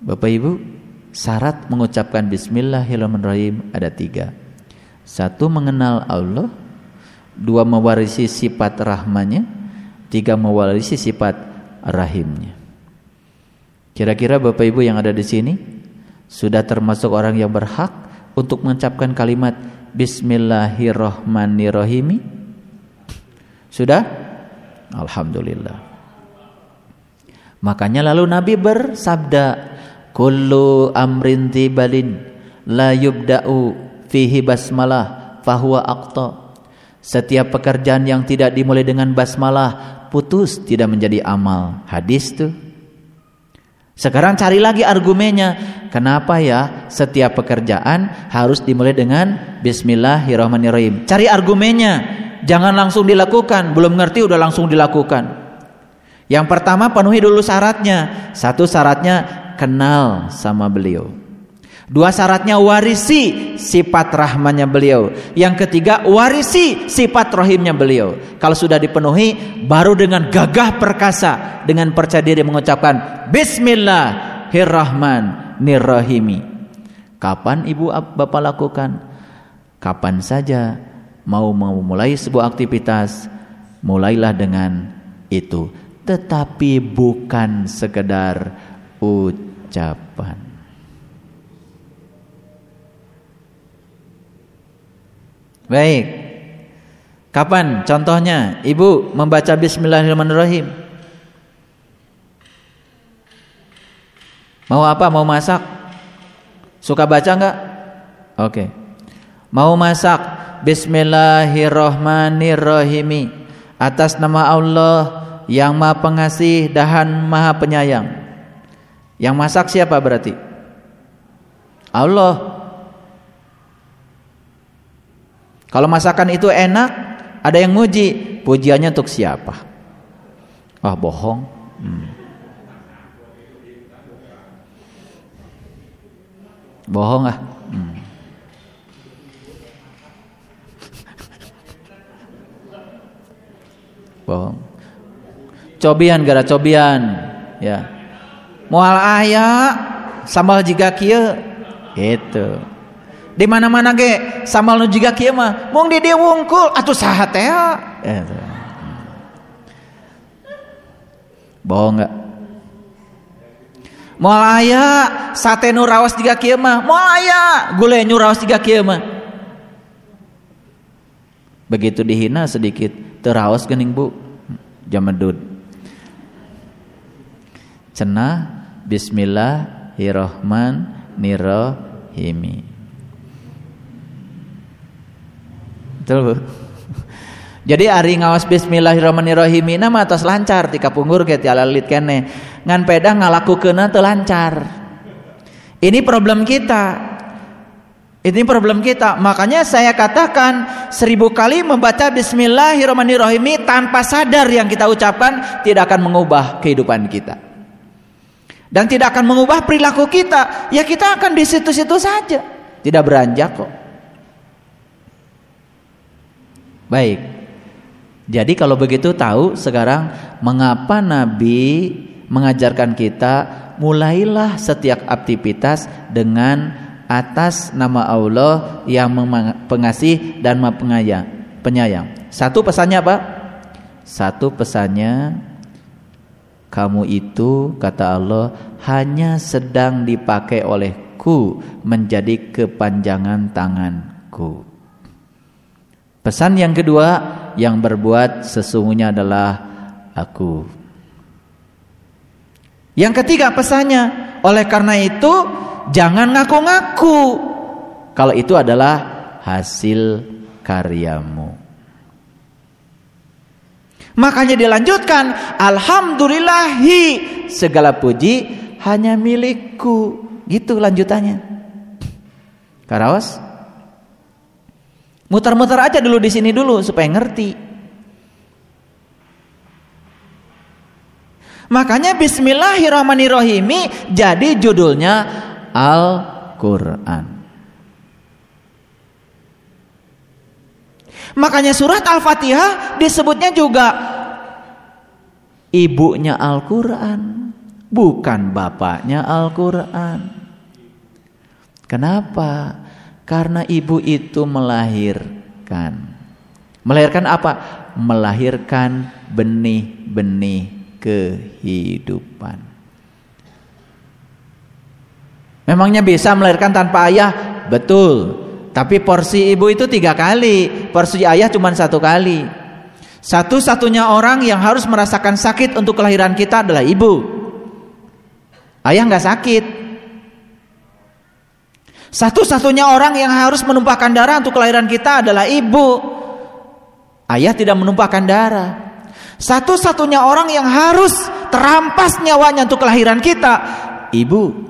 Bapak Ibu, syarat mengucapkan Bismillahirrahmanirrahim ada 3. 1, mengenal Allah. 2, mewarisi sifat rahmannya. 3, mewarisi sifat rahimnya. Kira-kira Bapak Ibu yang ada di sini sudah termasuk orang yang berhak untuk mengucapkan kalimat Bismillahirrahmanirrahim? Sudah? Alhamdulillah. Makanya lalu Nabi bersabda, kullu amrin tibalin la yubda'u fihi basmalah fahuwa aqta. Setiap pekerjaan yang tidak dimulai dengan basmalah putus, tidak menjadi amal. Hadis tuh. Sekarang cari lagi argumennya. Kenapa ya setiap pekerjaan harus dimulai dengan Bismillahirrahmanirrahim? Cari argumennya. Jangan langsung dilakukan. Belum ngerti udah langsung dilakukan. Yang pertama, penuhi dulu syaratnya. 1, syaratnya kenal sama beliau. 2, syaratnya warisi sifat rahmannya beliau. Yang ketiga, warisi sifat rahimnya beliau. Kalau sudah dipenuhi, baru dengan gagah perkasa, dengan percaya diri mengucapkan Bismillahirrahmanirrahim. Kapan ibu bapak lakukan? Kapan saja mau memulai sebuah aktivitas, mulailah dengan itu. Tetapi bukan sekedar ucapan. Baik. Kapan contohnya ibu membaca Bismillahirrahmanirrahim? Mau apa? Mau masak? Suka baca enggak? Oke. Mau masak, Bismillahirrahmanirrahim, atas nama Allah yang Maha Pengasih dan Maha Penyayang. Yang masak siapa berarti? Allah. Kalau masakan itu enak, ada yang muji, pujiannya untuk siapa? Wah, bohong. Bohong ah. Bohong. Cobian gara cobian, ya. Moal aya sambal jiga kieu, gitu. Di mana-mana ge sambal nu jiga kieu mah mung di dieu wungkul atuh saha teh? Gitu. Bohong enggak? Moal aya sate nu raos jiga kieu mah, moal aya gulai nu raos jiga kieu mah. Begitu dihina sedikit, teu raos geuning Bu. Jamedud. Cenah Bismillahirrahmanirrahim. Betul Bu? Jadi ari ngaos Bismillahirrahmanirrahim mah tos lancar ti kapunggur ge ti alalit keneh. Ngan pedah ngalakukeunna teu lancar. Ini problem kita. Ini problem kita. Makanya saya katakan 1000 kali membaca Bismillahirrahmanirrahim tanpa sadar yang kita ucapkan tidak akan mengubah kehidupan kita. Dan tidak akan mengubah perilaku kita. Ya kita akan di situ-situ saja. Tidak beranjak kok. Baik. Jadi kalau begitu tahu sekarang mengapa Nabi mengajarkan kita mulailah setiap aktivitas dengan atas nama Allah yang pengasih dan Maha Penyayang. 1 pesannya apa? 1 pesannya, kamu itu kata Allah hanya sedang dipakai olehku menjadi kepanjangan tanganku. Pesan yang kedua, yang berbuat sesungguhnya adalah aku. Yang ketiga pesannya, oleh karena itu jangan ngaku-ngaku kalau itu adalah hasil karyamu. Makanya dilanjutkan, alhamdulillahi, segala puji hanya milikku. Gitu lanjutannya. Karaos? Muter-muter aja dulu di sini dulu supaya ngerti. Makanya Bismillahirrahmanirrahim jadi judulnya Al-Quran. Makanya surat Al-Fatihah disebutnya juga ibunya Al-Quran. bukan bapaknya Al-Quran. Kenapa? Karena ibu itu melahirkan. Melahirkan apa? Melahirkan benih-benih kehidupan. Memangnya bisa melahirkan tanpa ayah? Betul. Tapi porsi ibu itu 3 kali, porsi ayah cuma 1 kali. Satu-satunya orang yang harus merasakan sakit untuk kelahiran kita adalah ibu. Ayah nggak sakit. Satu-satunya orang yang harus menumpahkan darah untuk kelahiran kita adalah ibu. Ayah tidak menumpahkan darah. Satu-satunya orang yang harus terampas nyawanya untuk kelahiran kita, ibu.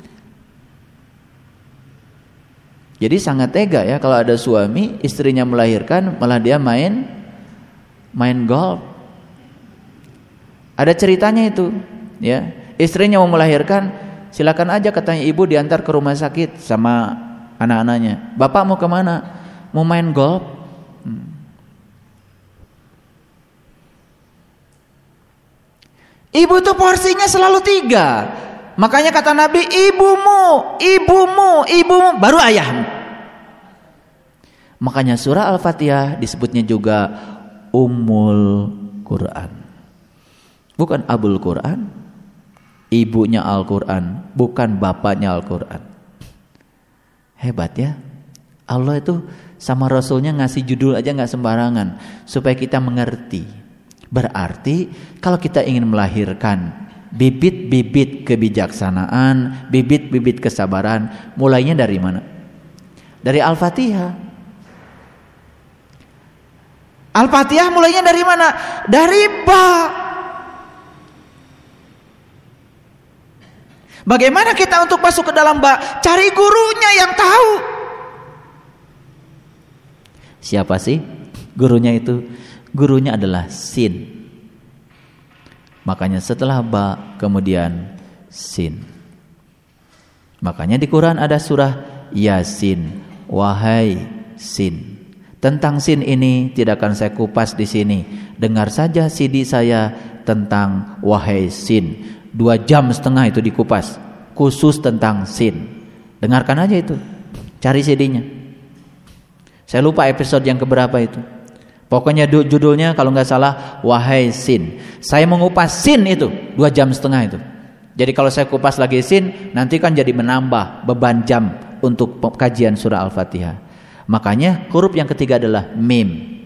Jadi sangat tega ya kalau ada suami istrinya melahirkan malah dia main golf. Ada ceritanya itu, ya. Istrinya mau melahirkan, silakan aja katanya ibu diantar ke rumah sakit sama anak-anaknya. Bapak mau kemana? Mau main golf. Ibu tuh porsinya selalu 3. Makanya kata Nabi, ibumu, baru ayahmu. Makanya surah Al-Fatihah disebutnya juga Ummul Quran. Bukan Abul Quran, ibunya Al-Quran, bukan bapaknya Al-Quran. Hebat ya. Allah itu sama Rasulnya ngasih judul aja gak sembarangan, supaya kita mengerti. Berarti kalau kita ingin melahirkan bibit-bibit kebijaksanaan, bibit-bibit kesabaran, mulainya dari mana? Dari Al-Fatihah. Al-Fatihah mulainya dari mana? Dari ba. Bagaimana kita untuk masuk ke dalam ba? Cari gurunya yang tahu. Siapa sih gurunya itu? Gurunya adalah sin. Makanya setelah ba kemudian sin. Makanya di Quran ada surah Yasin, wahai sin. Tentang sin ini tidak akan saya kupas di sini. Dengar saja CD saya tentang wahai sin. 2,5 jam itu dikupas khusus tentang sin. Dengarkan aja itu. Cari CD-nya. Saya lupa episode yang keberapa itu. Pokoknya judulnya kalau nggak salah wahai sin. Saya mengupas sin itu 2,5 jam itu. Jadi kalau saya kupas lagi sin, nanti kan jadi menambah beban jam untuk kajian surah Al-Fatihah. Makanya huruf yang ketiga adalah mim.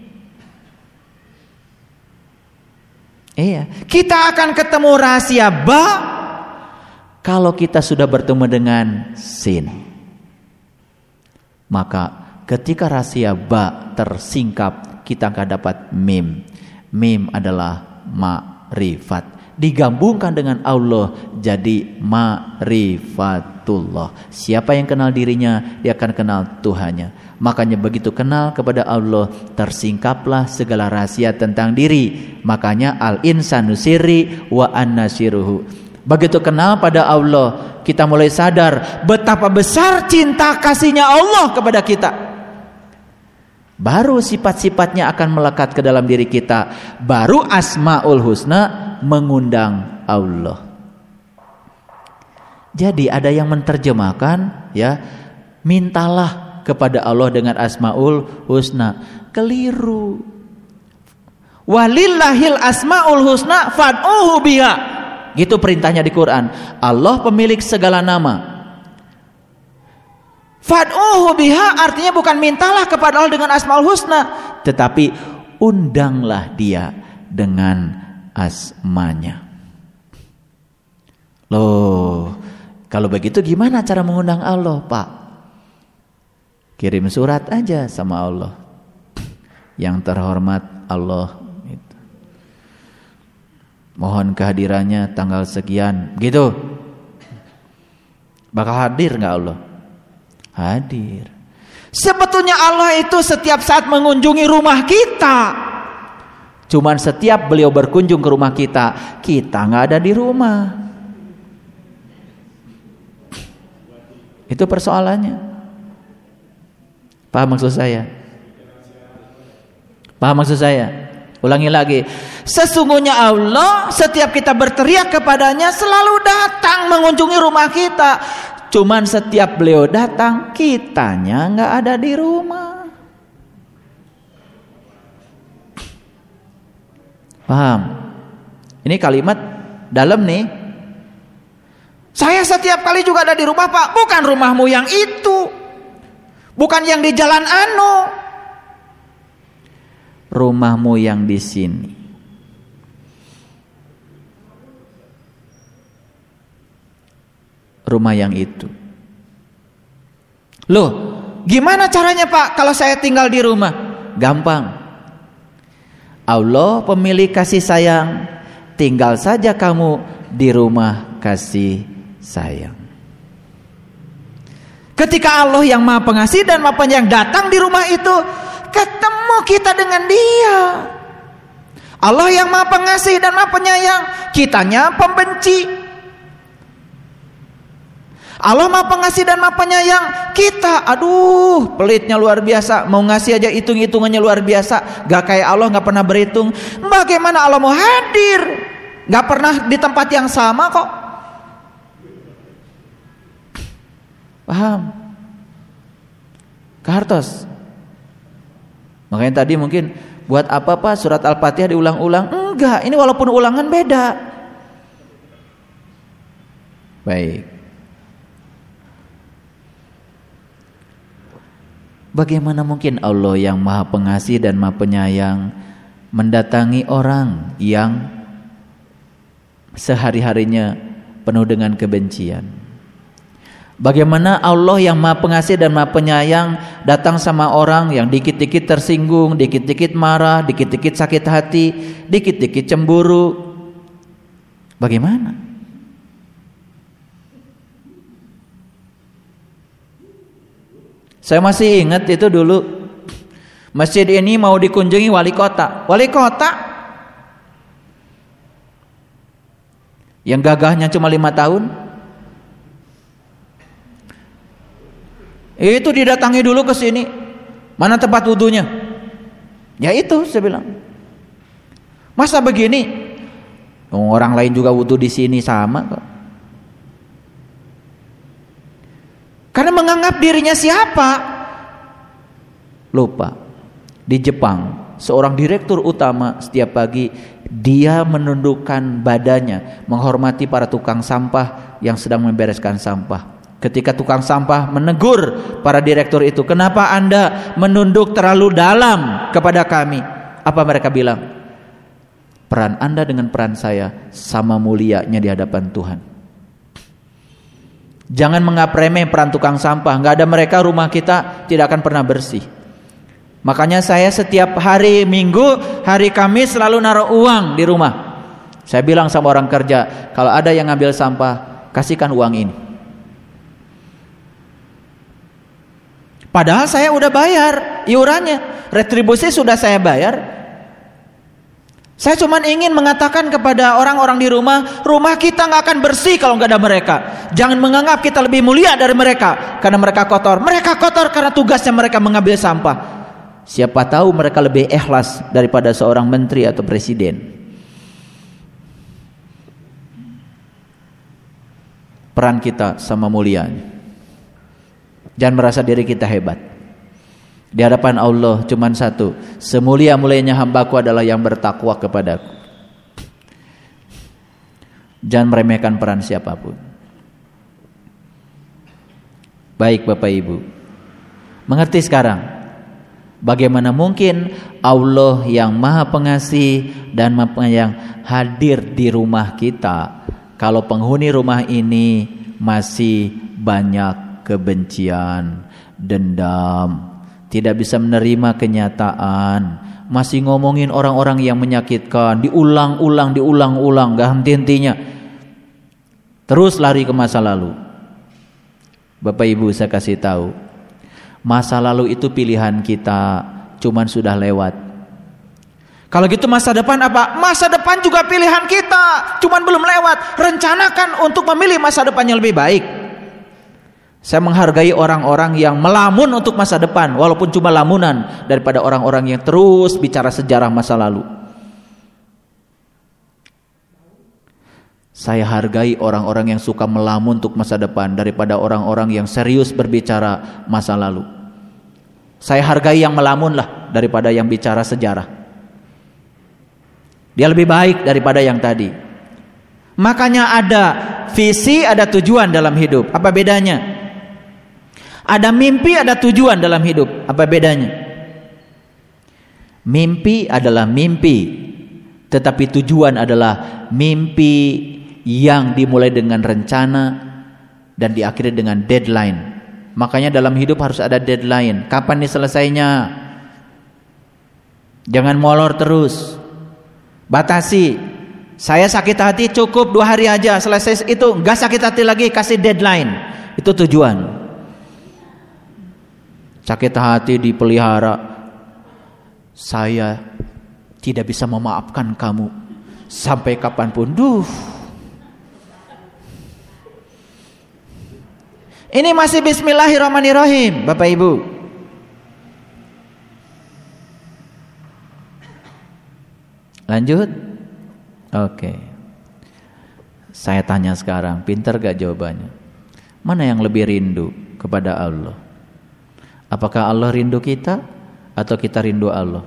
Iya, kita akan ketemu rahasia ba kalau kita sudah bertemu dengan sin. Maka ketika rahasia ba tersingkap, kita akan dapat mim. Mim adalah ma'rifat. Digabungkan dengan Allah jadi ma'rifatullah. Siapa yang kenal dirinya, dia akan kenal Tuhannya. Makanya begitu kenal kepada Allah, tersingkaplah segala rahasia tentang diri. Makanya al-insanu sirri wa an-nasiruhu. Begitu kenal pada Allah, kita mulai sadar betapa besar cinta kasihnya Allah kepada kita. Baru sifat-sifatnya akan melekat ke dalam diri kita. Baru Asmaul Husna mengundang Allah. Jadi ada yang menerjemahkan, ya, mintalah kepada Allah dengan Asmaul Husna. Keliru. Walillahil Asmaul Husna fad'uhu biha. Gitu perintahnya di Quran. Allah pemilik segala nama. Fad'uhu biha artinya bukan mintalah kepada Allah dengan Asmaul Husna, tetapi undanglah dia dengan asmanya. Loh, kalau begitu gimana cara mengundang Allah, Pak? Kirim surat aja sama Allah. Yang terhormat Allah, gitu. Mohon kehadirannya tanggal sekian, gitu. Bakal hadir nggak Allah? Hadir. Sebetulnya Allah itu setiap saat mengunjungi rumah kita. Cuman setiap beliau berkunjung ke rumah kita, kita nggak ada di rumah. Itu persoalannya. Paham maksud saya? Paham maksud saya? Ulangi lagi. Sesungguhnya Allah setiap kita berteriak kepadanya selalu datang mengunjungi rumah kita. Cuman setiap beliau datang, kitanya nggak ada di rumah. Paham? Ini kalimat dalam nih. Saya setiap kali juga ada di rumah, Pak. Bukan rumahmu yang itu. Bukan yang di Jalan Anu. Rumahmu yang di sini. Rumah yang itu. Loh, gimana caranya Pak kalau saya tinggal di rumah? Gampang. Allah pemilik kasih sayang, tinggal saja kamu di rumah kasih sayang. Ketika Allah yang Maha Pengasih dan Maha Penyayang datang di rumah itu, ketemu kita dengan Dia. Allah yang Maha Pengasih dan Maha Penyayang, kitanya pembenci. Allah Maha Pengasih dan Maha Penyayang, kita aduh pelitnya luar biasa, mau ngasih aja hitung-hitungannya luar biasa, gak kayak Allah, gak pernah berhitung. Bagaimana Allah mau hadir? Gak pernah di tempat yang sama kok. Paham? Kartos. Makanya tadi mungkin buat apa Pak surat Al-Fatihah diulang-ulang? Enggak, ini walaupun ulangan beda. Baik. Bagaimana mungkin Allah yang Maha Pengasih dan Maha Penyayang mendatangi orang yang sehari-harinya penuh dengan kebencian? Bagaimana Allah yang Maha Pengasih dan Maha Penyayang datang sama orang yang dikit-dikit tersinggung, dikit-dikit marah, dikit-dikit sakit hati, dikit-dikit cemburu? Bagaimana? Saya masih ingat itu dulu masjid ini mau dikunjungi wali kota. Wali kota yang gagahnya cuma 5 tahun. Itu didatangi dulu ke sini. Mana tempat wudunya? Ya itu saya bilang. Masa begini? Orang lain juga wudu di sini sama kok. Karena menganggap dirinya siapa? Lupa. Di Jepang, seorang direktur utama setiap pagi dia menundukkan badannya menghormati para tukang sampah yang sedang membereskan sampah. Ketika tukang sampah menegur para direktur itu, "Kenapa Anda menunduk terlalu dalam kepada kami?" Apa mereka bilang? "Peran Anda dengan peran saya sama mulianya di hadapan Tuhan." Jangan menganggap remeh peran tukang sampah. Gak ada mereka, rumah kita tidak akan pernah bersih. Makanya saya setiap hari Minggu, hari Kamis selalu naruh uang di rumah. Saya bilang sama orang kerja, kalau ada yang ngambil sampah, kasihkan uang ini. Padahal saya udah bayar iurannya, retribusi sudah saya bayar. Saya cuma ingin mengatakan kepada orang-orang di rumah, rumah kita gak akan bersih kalau gak ada mereka. Jangan menganggap kita lebih mulia dari mereka karena mereka kotor. Mereka kotor karena tugasnya mereka mengambil sampah. Siapa tahu mereka lebih ikhlas daripada seorang menteri atau presiden. Peran kita sama mulianya. Jangan merasa diri kita hebat. Di hadapan Allah cuma satu, semulia-mulianya hambaku adalah yang bertakwa kepadaku. Jangan meremehkan peran siapapun. Baik Bapak Ibu, mengerti sekarang bagaimana mungkin Allah yang Maha Pengasih dan Maha Penyayang hadir di rumah kita kalau penghuni rumah ini masih banyak kebencian, dendam, tidak bisa menerima kenyataan, masih ngomongin orang-orang yang menyakitkan, diulang-ulang, gak henti-hentinya, terus lari ke masa lalu. Bapak Ibu, saya kasih tahu, masa lalu itu pilihan kita, cuman sudah lewat. Kalau gitu masa depan apa? Masa depan juga pilihan kita, cuman belum lewat. Rencanakan untuk memilih masa depan yang lebih baik. Saya menghargai orang-orang yang melamun untuk masa depan, walaupun cuma lamunan, daripada orang-orang yang terus bicara sejarah masa lalu. Saya hargai orang-orang yang suka melamun untuk masa depan daripada orang-orang yang serius berbicara masa lalu. Saya hargai yang melamun lah daripada yang bicara sejarah. Dia lebih baik daripada yang tadi. Makanya ada visi, ada tujuan dalam hidup. Apa bedanya? Ada mimpi, ada tujuan dalam hidup. Apa bedanya? Mimpi adalah mimpi, tetapi tujuan adalah mimpi yang dimulai dengan rencana dan diakhiri dengan deadline. Makanya dalam hidup harus ada deadline. Kapan nih selesainya? Jangan molor terus. Batasi. Saya sakit hati cukup 2 hari aja, selesai itu enggak sakit hati lagi, kasih deadline. Itu tujuan. Sakit hati dipelihara. Saya tidak bisa memaafkan kamu sampai kapanpun. Ini masih bismillahirrahmanirrahim, Bapak Ibu. Lanjut. Oke. Saya tanya sekarang, pintar gak jawabannya? Mana yang lebih rindu kepada Allah? Apakah Allah rindu kita atau kita rindu Allah?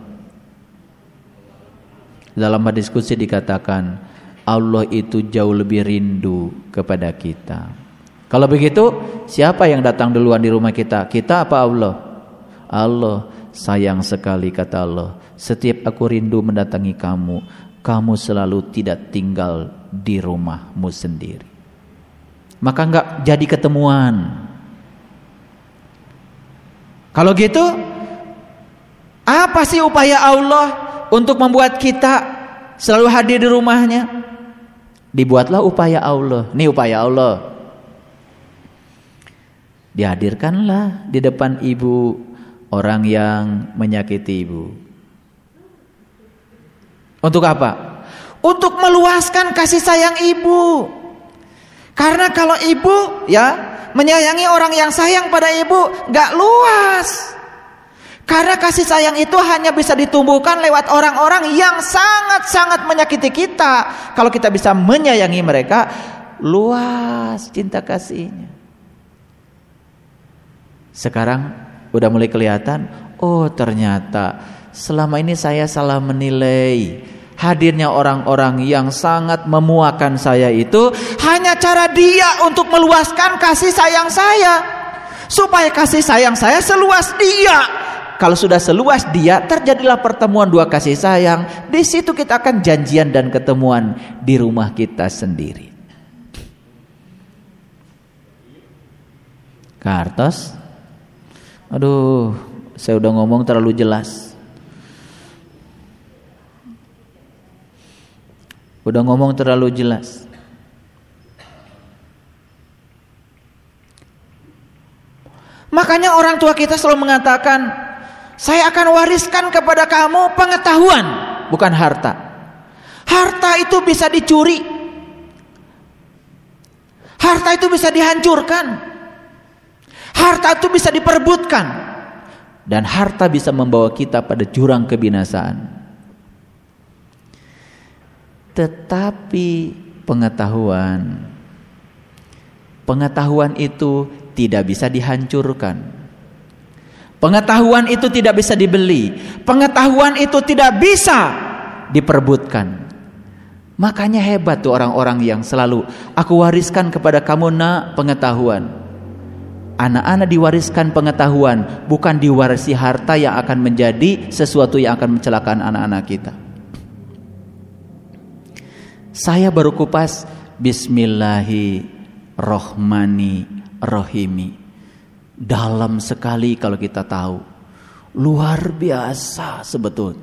Dalam diskusi dikatakan Allah itu jauh lebih rindu kepada kita. Kalau begitu, siapa yang datang duluan di rumah kita? Kita apa Allah? Allah. Sayang sekali kata Allah, setiap aku rindu mendatangi kamu, kamu selalu tidak tinggal di rumahmu sendiri. Maka enggak jadi ketemuan. Kalau gitu, apa sih upaya Allah untuk membuat kita selalu hadir di rumahnya? Dibuatlah upaya Allah. Ini upaya Allah. Dihadirkanlah di depan ibu orang yang menyakiti ibu. Untuk apa? Untuk meluaskan kasih sayang ibu. Karena kalau ibu menyayangi orang yang sayang pada ibu, gak luas. Karena kasih sayang itu hanya bisa ditumbuhkan lewat orang-orang yang sangat-sangat menyakiti kita. Kalau kita bisa menyayangi mereka, luas cinta kasihnya. Sekarang udah mulai kelihatan, oh ternyata selama ini saya salah menilai. Hadirnya orang-orang yang sangat memuakan saya itu hanya cara dia untuk meluaskan kasih sayang saya, supaya kasih sayang saya seluas dia. Kalau sudah seluas dia, terjadilah pertemuan 2 kasih sayang. Di situ kita akan janjian dan ketemuan di rumah kita sendiri. Kartos? Aduh, saya udah ngomong terlalu jelas. Udah ngomong terlalu jelas. Makanya orang tua kita selalu mengatakan, saya akan wariskan kepada kamu pengetahuan, bukan harta. Harta itu bisa dicuri. Harta itu bisa dihancurkan. Harta itu bisa diperebutkan. Dan harta bisa membawa kita pada jurang kebinasaan. Tetapi pengetahuan itu tidak bisa dihancurkan. Pengetahuan itu tidak bisa dibeli. Pengetahuan itu tidak bisa diperebutkan. Makanya hebat tuh orang-orang yang selalu, aku wariskan kepada kamu nak pengetahuan. Anak-anak diwariskan pengetahuan, bukan diwarisi harta yang akan menjadi sesuatu yang akan mencelakakan anak-anak kita. Saya baru kupas Bismillahirrohmanirrohim. Dalam sekali kalau kita tahu. Luar biasa sebetulnya.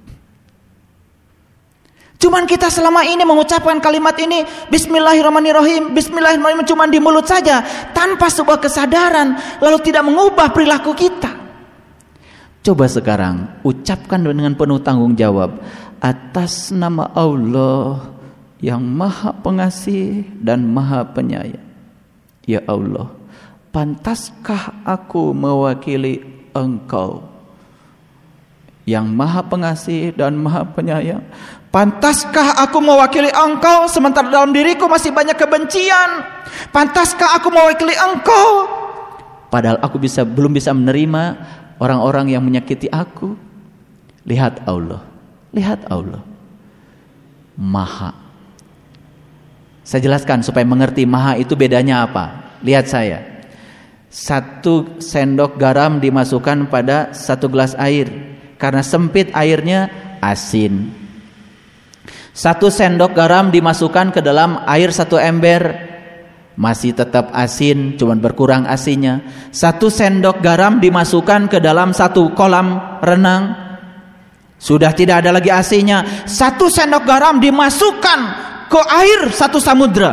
Cuman kita selama ini mengucapkan kalimat ini Bismillahirrohmanirrohim, Bismillahirrohmanirrohim cuma di mulut saja, tanpa sebuah kesadaran, lalu tidak mengubah perilaku kita. Coba sekarang ucapkan dengan penuh tanggung jawab, atas nama Allah yang Maha Pengasih dan Maha Penyayang. Ya Allah, pantaskah aku mewakili Engkau yang Maha Pengasih dan Maha Penyayang? Pantaskah aku mewakili engkau sementara dalam diriku masih banyak kebencian? Pantaskah aku mewakili engkau padahal aku belum bisa menerima orang-orang yang menyakiti aku? Lihat Allah, lihat Allah Maha. Saya jelaskan supaya mengerti Maha itu bedanya apa. Lihat saya, 1 sendok garam dimasukkan pada 1 gelas air. Karena sempit airnya asin. 1 sendok garam dimasukkan ke dalam air 1 ember, masih tetap asin, cuman berkurang asinnya. 1 sendok garam dimasukkan ke dalam 1 kolam renang, sudah tidak ada lagi asinnya. 1 sendok garam dimasukkan ke air 1 samudra.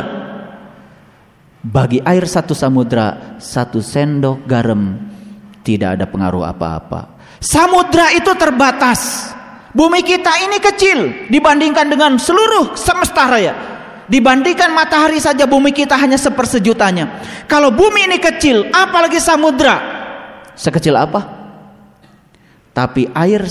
Bagi air 1 samudra, 1 sendok garam tidak ada pengaruh apa-apa. Samudra itu terbatas. Bumi kita ini kecil dibandingkan dengan seluruh semesta raya. Dibandingkan matahari saja bumi kita hanya 1/100.000-nya. Kalau bumi ini kecil, apalagi samudra. Sekecil apa? Tapi air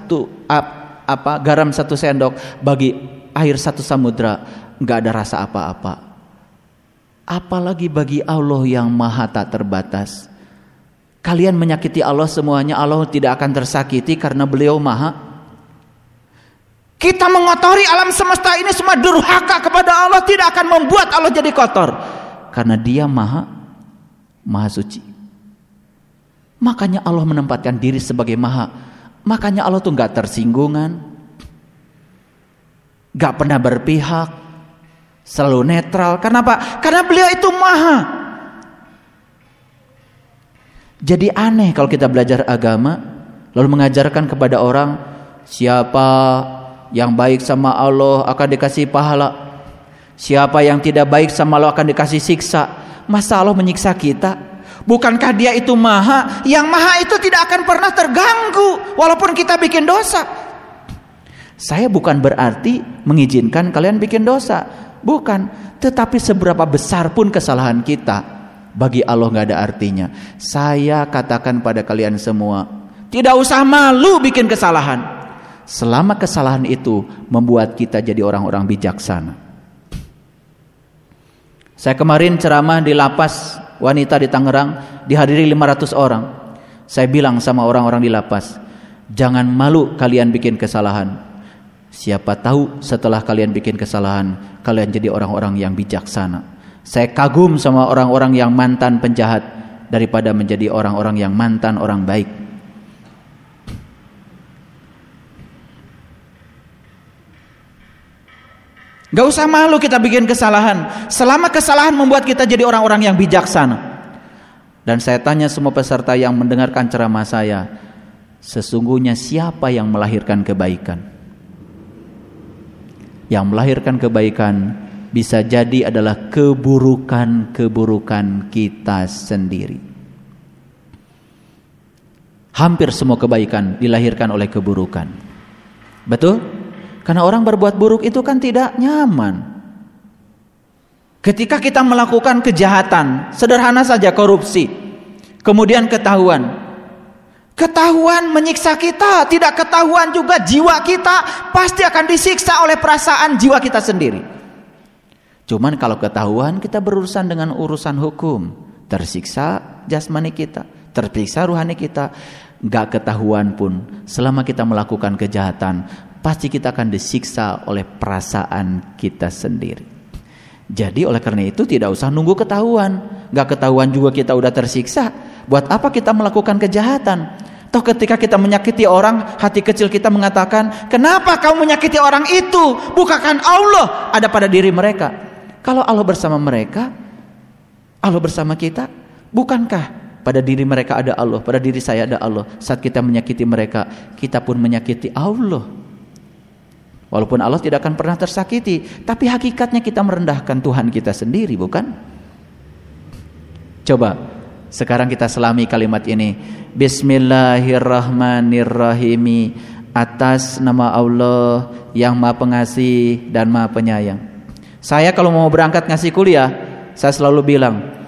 garam 1 sendok bagi air 1 samudra nggak ada rasa apa-apa. Apalagi bagi Allah yang maha tak terbatas. Kalian menyakiti Allah semuanya, Allah tidak akan tersakiti karena beliau maha. Kita mengotori alam semesta ini semua durhaka kepada Allah tidak akan membuat Allah jadi kotor. Karena dia maha suci. Makanya Allah menempatkan diri sebagai maha. Makanya Allah tuh gak tersinggungan, gak pernah berpihak, selalu netral. Kenapa? Karena beliau itu maha. Jadi aneh kalau kita belajar agama lalu mengajarkan kepada orang, siapa yang baik sama Allah akan dikasih pahala, siapa yang tidak baik sama Allah akan dikasih siksa. Masa Allah menyiksa kita? Bukankah dia itu maha? Yang maha itu tidak akan pernah terganggu walaupun kita bikin dosa. Saya bukan berarti mengizinkan kalian bikin dosa, bukan. Tetapi seberapa besar pun kesalahan kita, bagi Allah gak ada artinya. Saya katakan pada kalian semua, tidak usah malu bikin kesalahan, selama kesalahan itu membuat kita jadi orang-orang bijaksana. Saya kemarin ceramah di lapas wanita di Tangerang, dihadiri 500 orang. Saya bilang sama orang-orang di lapas, jangan malu kalian bikin kesalahan. Siapa tahu setelah kalian bikin kesalahan, kalian jadi orang-orang yang bijaksana. Saya kagum sama orang-orang yang mantan penjahat daripada menjadi orang-orang yang mantan orang baik. Gak usah malu kita bikin kesalahan, selama kesalahan membuat kita jadi orang-orang yang bijaksana. Dan saya tanya semua peserta yang mendengarkan ceramah saya, sesungguhnya siapa yang melahirkan kebaikan? Yang melahirkan kebaikan bisa jadi adalah keburukan-keburukan kita sendiri. Hampir semua kebaikan dilahirkan oleh keburukan. Betul? Karena orang berbuat buruk itu kan tidak nyaman. Ketika kita melakukan kejahatan, sederhana saja korupsi, kemudian ketahuan menyiksa kita, tidak ketahuan juga jiwa kita pasti akan disiksa oleh perasaan jiwa kita sendiri. Cuman kalau ketahuan, kita berurusan dengan urusan hukum, tersiksa jasmani kita, tersiksa ruhani kita. Gak ketahuan pun, selama kita melakukan kejahatan, pasti kita akan disiksa oleh perasaan kita sendiri. Jadi oleh karena itu tidak usah nunggu ketahuan. Gak ketahuan juga kita udah tersiksa. Buat apa kita melakukan kejahatan? Toh ketika kita menyakiti orang, hati kecil kita mengatakan, kenapa kamu menyakiti orang itu? Bukankah Allah ada pada diri mereka? Kalau Allah bersama mereka, Allah bersama kita, bukankah pada diri mereka ada Allah, pada diri saya ada Allah? Saat kita menyakiti mereka, kita pun menyakiti Allah. Walaupun Allah tidak akan pernah tersakiti, tapi hakikatnya kita merendahkan Tuhan kita sendiri, bukan? Coba sekarang kita selami kalimat ini. Bismillahirrahmanirrahim. Atas nama Allah yang Maha Pengasih dan Maha Penyayang. Saya kalau mau berangkat ngasih kuliah, saya selalu bilang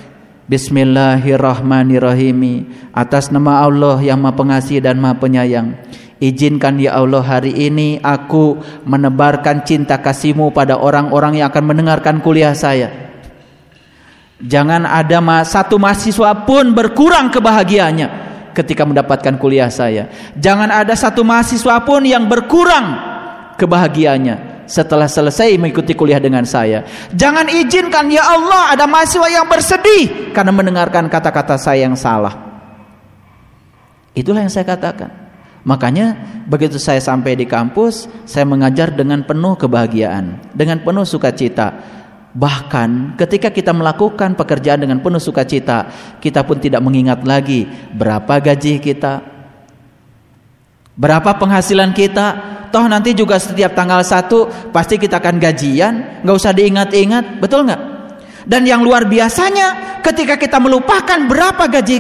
Bismillahirrahmanirrahim. Atas nama Allah yang Maha Pengasih dan Maha Penyayang. izinkan ya Allah hari ini aku menebarkan cinta kasih-Mu pada orang-orang yang akan mendengarkan kuliah saya. Jangan ada satu mahasiswa pun berkurang kebahagiaannya ketika mendapatkan kuliah saya. Jangan ada satu mahasiswa pun yang berkurang kebahagiaannya setelah selesai mengikuti kuliah dengan saya. Jangan izinkan ya Allah ada mahasiswa yang bersedih karena mendengarkan kata-kata saya yang salah. Itulah yang saya katakan. Makanya begitu saya sampai di kampus, saya mengajar dengan penuh kebahagiaan, dengan penuh sukacita. Bahkan ketika kita melakukan pekerjaan dengan penuh sukacita, kita pun tidak mengingat lagi berapa gaji kita, berapa penghasilan kita. Toh nanti juga setiap tanggal 1 pasti kita akan gajian, gak usah diingat-ingat, betul gak? Dan yang luar biasanya ketika kita melupakan berapa gaji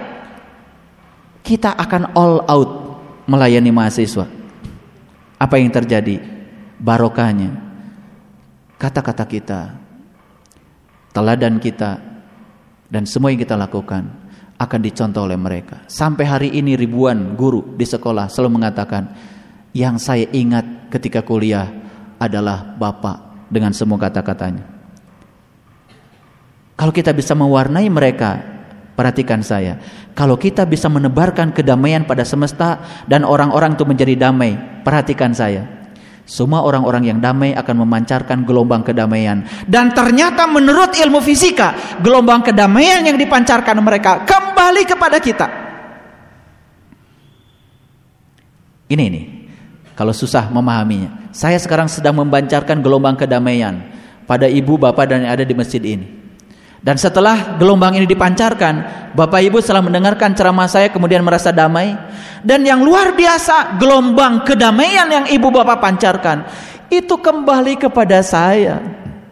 kita akan all out melayani mahasiswa. Apa yang terjadi? Barokahnya kata-kata kita, teladan kita, dan semua yang kita lakukan akan dicontoh oleh mereka. Sampai hari ini ribuan guru di sekolah selalu mengatakan, yang saya ingat ketika kuliah adalah Bapak, dengan semua kata-katanya. Kalau kita bisa mewarnai mereka, perhatikan saya, kalau kita bisa menebarkan kedamaian pada semesta dan orang-orang itu menjadi damai, perhatikan saya, semua orang-orang yang damai akan memancarkan gelombang kedamaian. Dan ternyata menurut ilmu fisika, gelombang kedamaian yang dipancarkan mereka kembali kepada kita. Ini kalau susah memahaminya, saya sekarang sedang mempancarkan gelombang kedamaian pada ibu, bapak, dan yang ada di masjid ini. Dan setelah gelombang ini dipancarkan, bapak ibu setelah mendengarkan ceramah saya kemudian merasa damai. Dan yang luar biasa, gelombang kedamaian yang ibu bapak pancarkan itu kembali kepada saya.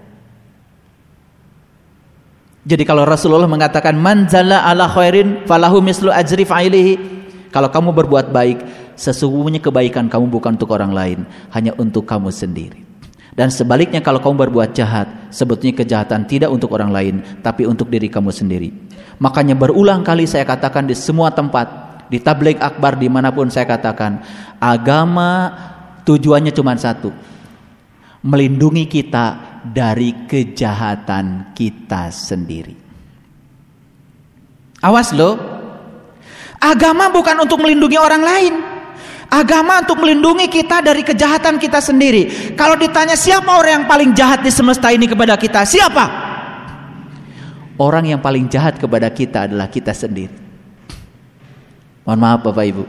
Jadi kalau Rasulullah mengatakan man zalla ala khairin falahu mislu ajri fa'ilihi, kalau kamu berbuat baik, sesungguhnya kebaikan kamu bukan untuk orang lain, hanya untuk kamu sendiri. Dan sebaliknya kalau kamu berbuat jahat, sebetulnya kejahatan tidak untuk orang lain, tapi untuk diri kamu sendiri. Makanya berulang kali saya katakan di semua tempat, di tabligh akbar dimanapun saya katakan, agama tujuannya cuma satu, melindungi kita dari kejahatan kita sendiri. Awas loh, agama bukan untuk melindungi orang lain. Agama untuk melindungi kita dari kejahatan kita sendiri. Kalau ditanya siapa orang yang paling jahat di semesta ini kepada kita, siapa? Orang yang paling jahat kepada kita adalah kita sendiri. Mohon maaf Bapak Ibu,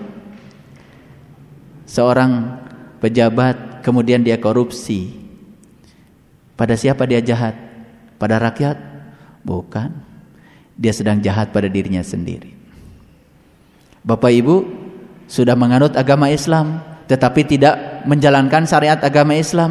seorang pejabat kemudian dia korupsi. Pada siapa dia jahat? Pada rakyat? Bukan. Dia sedang jahat pada dirinya sendiri. Bapak Ibu sudah menganut agama Islam tetapi tidak menjalankan syariat agama Islam,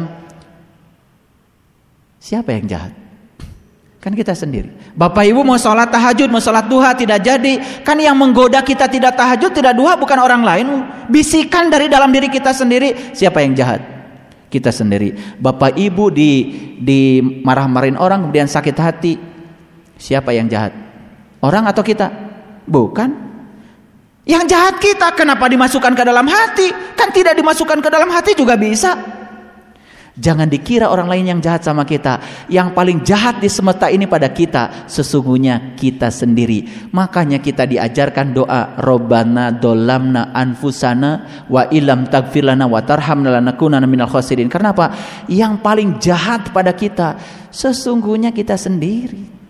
siapa yang jahat? Kan kita sendiri. Bapak Ibu mau sholat tahajud, mau sholat duha tidak jadi, kan yang menggoda kita tidak tahajud, tidak duha bukan orang lain, bisikan dari dalam diri kita sendiri. Siapa yang jahat? Kita sendiri. Bapak Ibu di marah-marahin orang kemudian sakit hati, siapa yang jahat? Orang atau kita? Bukan. Yang jahat kita, kenapa dimasukkan ke dalam hati? Kan tidak dimasukkan ke dalam hati juga bisa. Jangan dikira orang lain yang jahat sama kita. Yang paling jahat di semesta ini pada kita, sesungguhnya kita sendiri. Makanya kita diajarkan doa, Robbana dolamna anfusana wa ilam tagfir lana wa tarhamna lanakunanna minal khasirin. Kenapa? Yang paling jahat pada kita, sesungguhnya kita sendiri.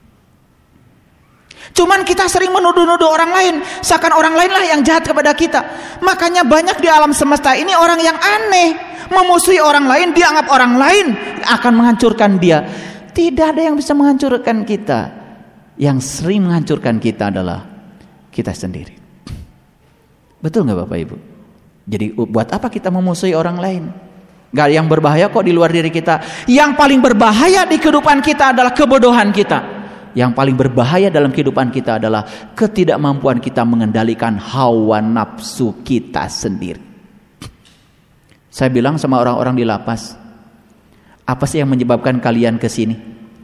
Cuman kita sering menuduh-nuduh orang lain, seakan orang lainlah yang jahat kepada kita. Makanya banyak di alam semesta ini orang yang aneh, memusuhi orang lain, dianggap orang lain akan menghancurkan dia. Tidak ada yang bisa menghancurkan kita. Yang sering menghancurkan kita adalah kita sendiri. Betul gak Bapak Ibu? Jadi buat apa kita memusuhi orang lain? Gak yang berbahaya kok di luar diri kita. Yang paling berbahaya di kehidupan kita adalah kebodohan kita. Yang paling berbahaya dalam kehidupan kita adalah ketidakmampuan kita mengendalikan hawa nafsu kita sendiri. Saya bilang sama orang-orang di lapas, apa sih yang menyebabkan kalian ke sini?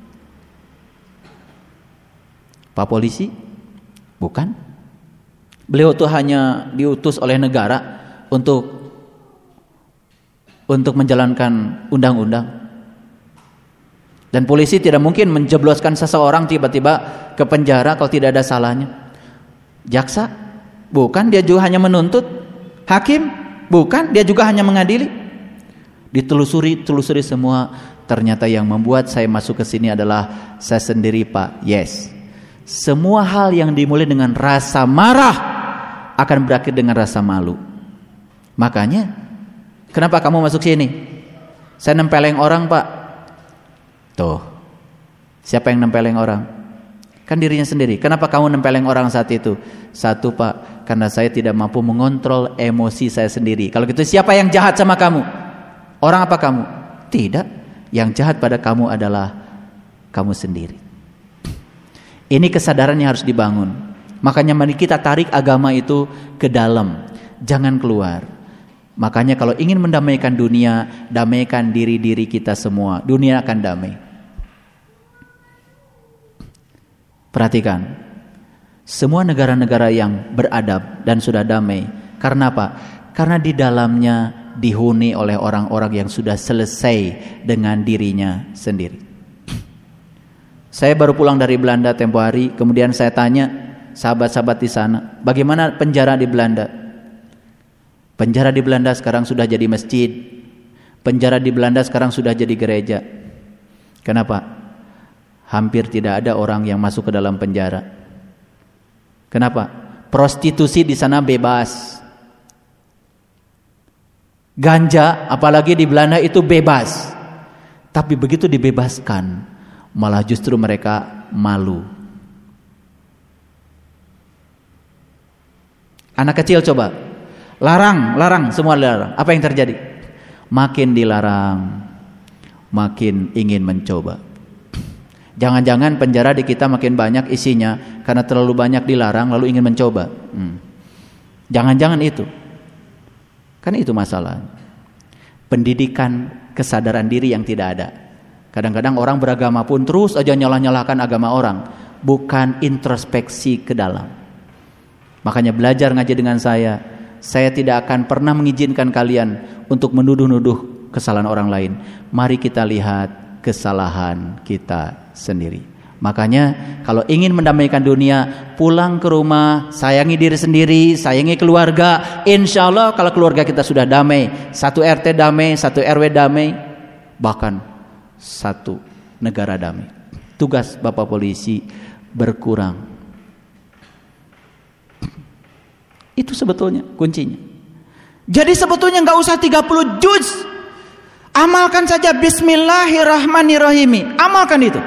Pak polisi? Bukan. Beliau tuh hanya diutus oleh negara untuk menjalankan undang-undang. Dan polisi tidak mungkin menjebloskan seseorang tiba-tiba ke penjara kalau tidak ada salahnya. Jaksa, bukan, dia juga hanya menuntut. Hakim, bukan, dia juga hanya mengadili. Ditelusuri semua. Ternyata yang membuat saya masuk ke sini adalah saya sendiri, Pak. Yes. Semua hal yang dimulai dengan rasa marah akan berakhir dengan rasa malu. Makanya, kenapa kamu masuk sini? Saya nempeleng orang, Pak. Tuh, siapa yang nempeleng orang? Kan dirinya sendiri. Kenapa kamu nempeleng orang saat itu? Satu, Pak, karena saya tidak mampu mengontrol emosi saya sendiri. Kalau gitu siapa yang jahat sama kamu? Orang apa kamu? Tidak. Yang jahat pada kamu adalah kamu sendiri. Ini kesadaran yang harus dibangun. Makanya mari kita tarik agama itu ke dalam, jangan keluar. Makanya kalau ingin mendamaikan dunia, damaikan diri-diri kita semua. Dunia akan damai. Perhatikan, semua negara-negara yang beradab dan sudah damai. Karena apa? Karena di dalamnya dihuni oleh orang-orang yang sudah selesai dengan dirinya sendiri. Saya baru pulang dari Belanda tempo hari, kemudian saya tanya sahabat-sahabat di sana, bagaimana penjara di Belanda? Penjara di Belanda sekarang sudah jadi masjid. Penjara di Belanda sekarang sudah jadi gereja. Kenapa? Hampir tidak ada orang yang masuk ke dalam penjara. Kenapa? Prostitusi di sana bebas. Ganja, apalagi di Belanda itu bebas. Tapi begitu dibebaskan, malah justru mereka malu. Anak kecil coba, larang, semua larang. Apa yang terjadi? Makin dilarang, makin ingin mencoba. Jangan-jangan penjara di kita makin banyak isinya karena terlalu banyak dilarang lalu ingin mencoba. Jangan-jangan itu. Kan itu masalah. Pendidikan kesadaran diri yang tidak ada. Kadang-kadang orang beragama pun terus aja nyalah-nyalahkan agama orang, bukan introspeksi ke dalam. Makanya belajar ngaji dengan saya tidak akan pernah mengizinkan kalian untuk menuduh-nuduh kesalahan orang lain. Mari kita lihat kesalahan kita sendiri. Makanya kalau ingin mendamaikan dunia, pulang ke rumah, sayangi diri sendiri, sayangi keluarga. Insya Allah kalau keluarga kita sudah damai, satu RT damai, satu RW damai, bahkan satu negara damai. Tugas Bapak Polisi berkurang. Itu sebetulnya kuncinya. Jadi sebetulnya gak usah 30 juz. Amalkan saja Bismillahirrahmanirrahim. Amalkan itu.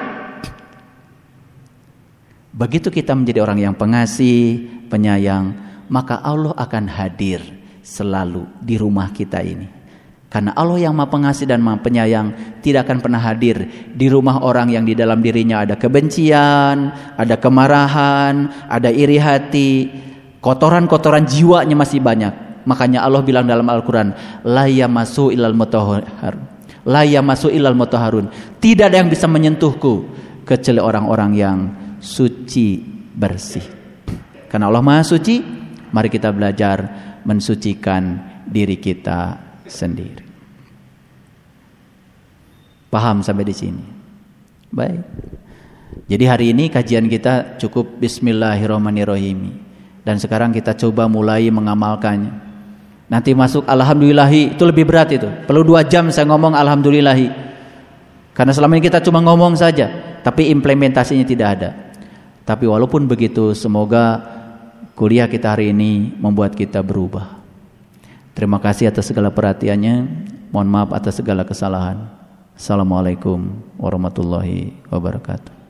Begitu kita menjadi orang yang pengasih, penyayang, maka Allah akan hadir selalu di rumah kita ini. Karena Allah yang Maha Pengasih dan Maha Penyayang tidak akan pernah hadir di rumah orang yang di dalam dirinya ada kebencian, ada kemarahan, ada iri hati, kotoran-kotoran jiwanya masih banyak. Makanya Allah bilang dalam Al-Quran, la yamassu ilal mutahharun. Tidak ada yang bisa menyentuhku kecuali orang-orang yang suci, bersih. Karena Allah Maha Suci, mari kita belajar mensucikan diri kita sendiri. Paham sampai di sini? Baik. Jadi hari ini kajian kita cukup Bismillahirrahmanirrahim. Dan sekarang kita coba mulai mengamalkannya. Nanti masuk Alhamdulillahi, itu lebih berat itu. Perlu 2 jam saya ngomong Alhamdulillahi. Karena selama ini kita cuma ngomong saja, tapi implementasinya tidak ada. Tapi walaupun begitu, semoga kuliah kita hari ini membuat kita berubah. Terima kasih atas segala perhatiannya. Mohon maaf atas segala kesalahan. Assalamualaikum warahmatullahi wabarakatuh.